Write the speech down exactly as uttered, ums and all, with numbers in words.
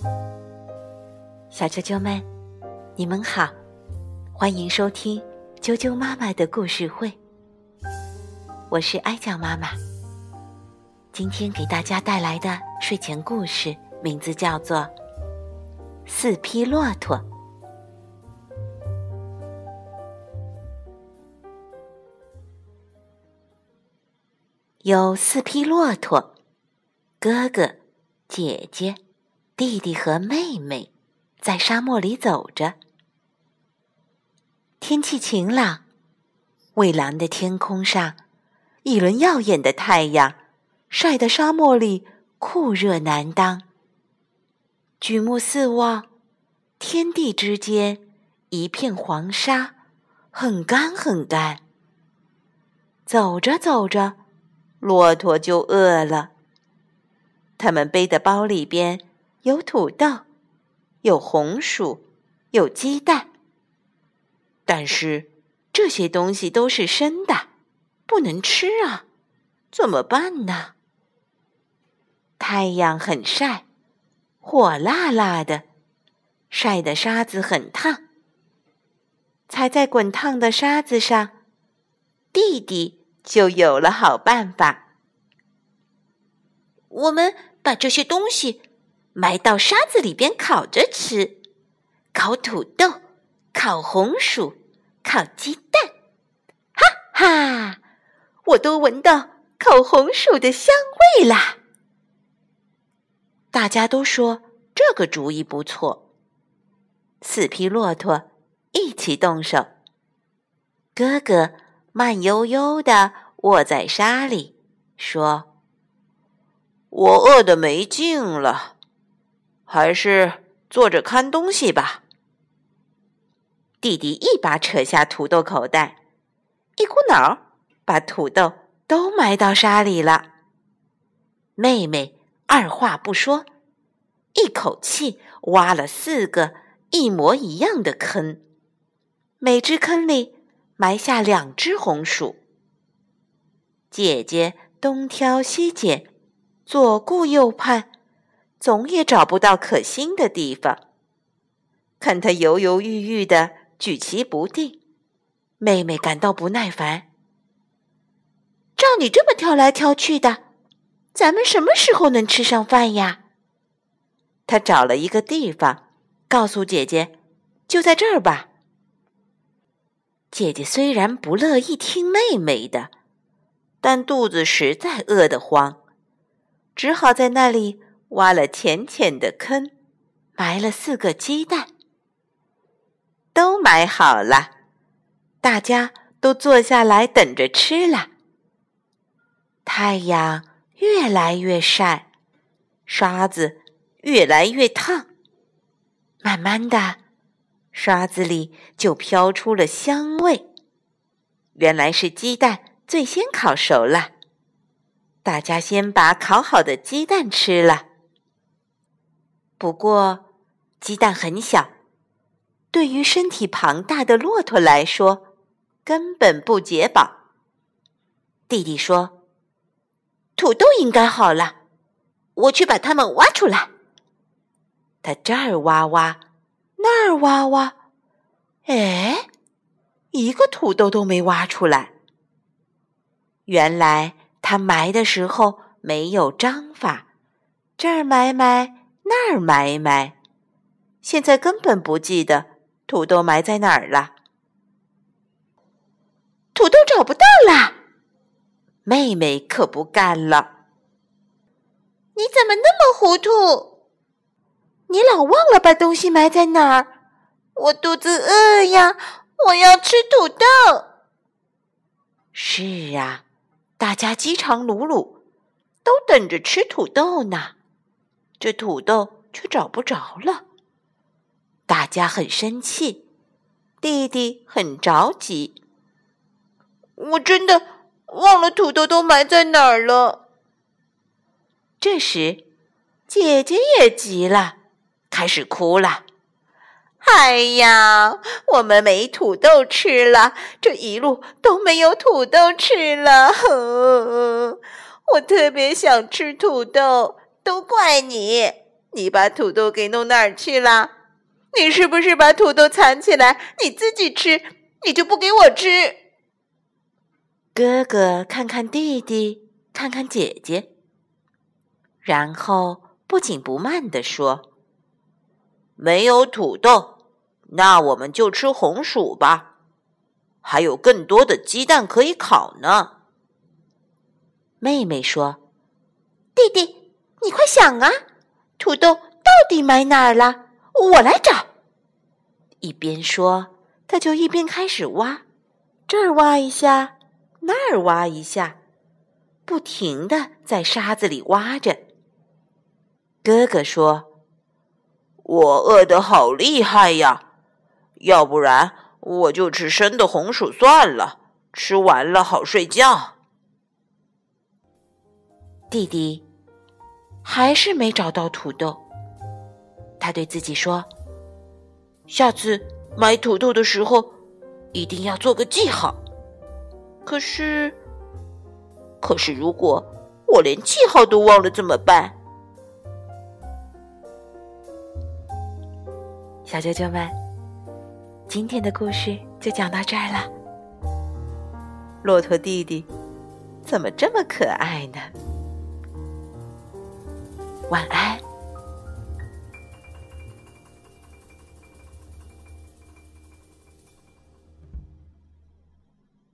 小啾啾们，你们好，欢迎收听啾啾妈妈的故事会。我是哀酱妈妈，今天给大家带来的睡前故事名字叫做《四匹骆驼》。有四匹骆驼，哥哥、姐姐、弟弟和妹妹在沙漠里走着。天气晴朗，蔚蓝的天空上，一轮耀眼的太阳晒得沙漠里酷热难当。举目四望，天地之间一片黄沙，很干很干。走着走着，骆驼就饿了。他们背的包里边有土豆，有红薯，有鸡蛋。但是这些东西都是生的，不能吃啊，怎么办呢？太阳很晒，火辣辣的，晒得沙子很烫。踩在滚烫的沙子上，弟弟就有了好办法。我们把这些东西埋到沙子里边烤着吃，烤土豆，烤红薯，烤鸡蛋。哈哈，我都闻到烤红薯的香味啦！大家都说这个主意不错。四匹骆驼一起动手。哥哥慢悠悠地卧在沙里，说：我饿得没劲了，还是坐着看东西吧。弟弟一把扯下土豆口袋，一股脑儿把土豆都埋到沙里了。妹妹二话不说，一口气挖了四个一模一样的坑，每只坑里埋下两只红薯。姐姐东挑西拣，左顾右盼，总也找不到可心的地方。看她犹犹豫豫地举棋不定，妹妹感到不耐烦。照你这么挑来挑去的，咱们什么时候能吃上饭呀？她找了一个地方，告诉姐姐，就在这儿吧。姐姐虽然不乐意听妹妹的，但肚子实在饿得慌，只好在那里挖了浅浅的坑，埋了四个鸡蛋。都埋好了，大家都坐下来等着吃了。太阳越来越晒，沙子越来越烫，慢慢的，沙子里就飘出了香味。原来是鸡蛋最先烤熟了，大家先把烤好的鸡蛋吃了。不过鸡蛋很小，对于身体庞大的骆驼来说，根本不解饱。弟弟说：土豆应该好了，我去把它们挖出来。他这儿挖挖，那儿挖挖，哎，一个土豆都没挖出来。原来他埋的时候没有章法，这儿埋埋，那儿埋埋，现在根本不记得土豆埋在哪儿了。土豆找不到啦！妹妹可不干了。你怎么那么糊涂？你老忘了把东西埋在哪儿？我肚子饿呀，我要吃土豆。是啊，大家饥肠辘辘，都等着吃土豆呢，这土豆却找不着了。大家很生气，弟弟很着急。我真的忘了土豆都埋在哪儿了。这时，姐姐也急了，开始哭了。哎呀，我们没土豆吃了，这一路都没有土豆吃了。呵，我特别想吃土豆，都怪你。 你把土豆给弄哪儿去了？你是不是把土豆藏起来，你自己吃，你就不给我吃？”哥哥看看弟弟，看看姐姐，然后不紧不慢地说：“没有土豆，那我们就吃红薯吧，还有更多的鸡蛋可以烤呢。”妹妹说：“弟弟，你快想啊，土豆到底埋哪儿了？我来找。”一边说，他就一边开始挖，这儿挖一下，那儿挖一下，不停地在沙子里挖着。哥哥说：“我饿得好厉害呀，要不然我就吃生的红薯算了，吃完了好睡觉。”弟弟还是没找到土豆，他对自己说：“下次买土豆的时候一定要做个记号。可是，可是如果我连记号都忘了怎么办？”小啾啾们，今天的故事就讲到这儿了。骆驼弟弟怎么这么可爱呢？晚安。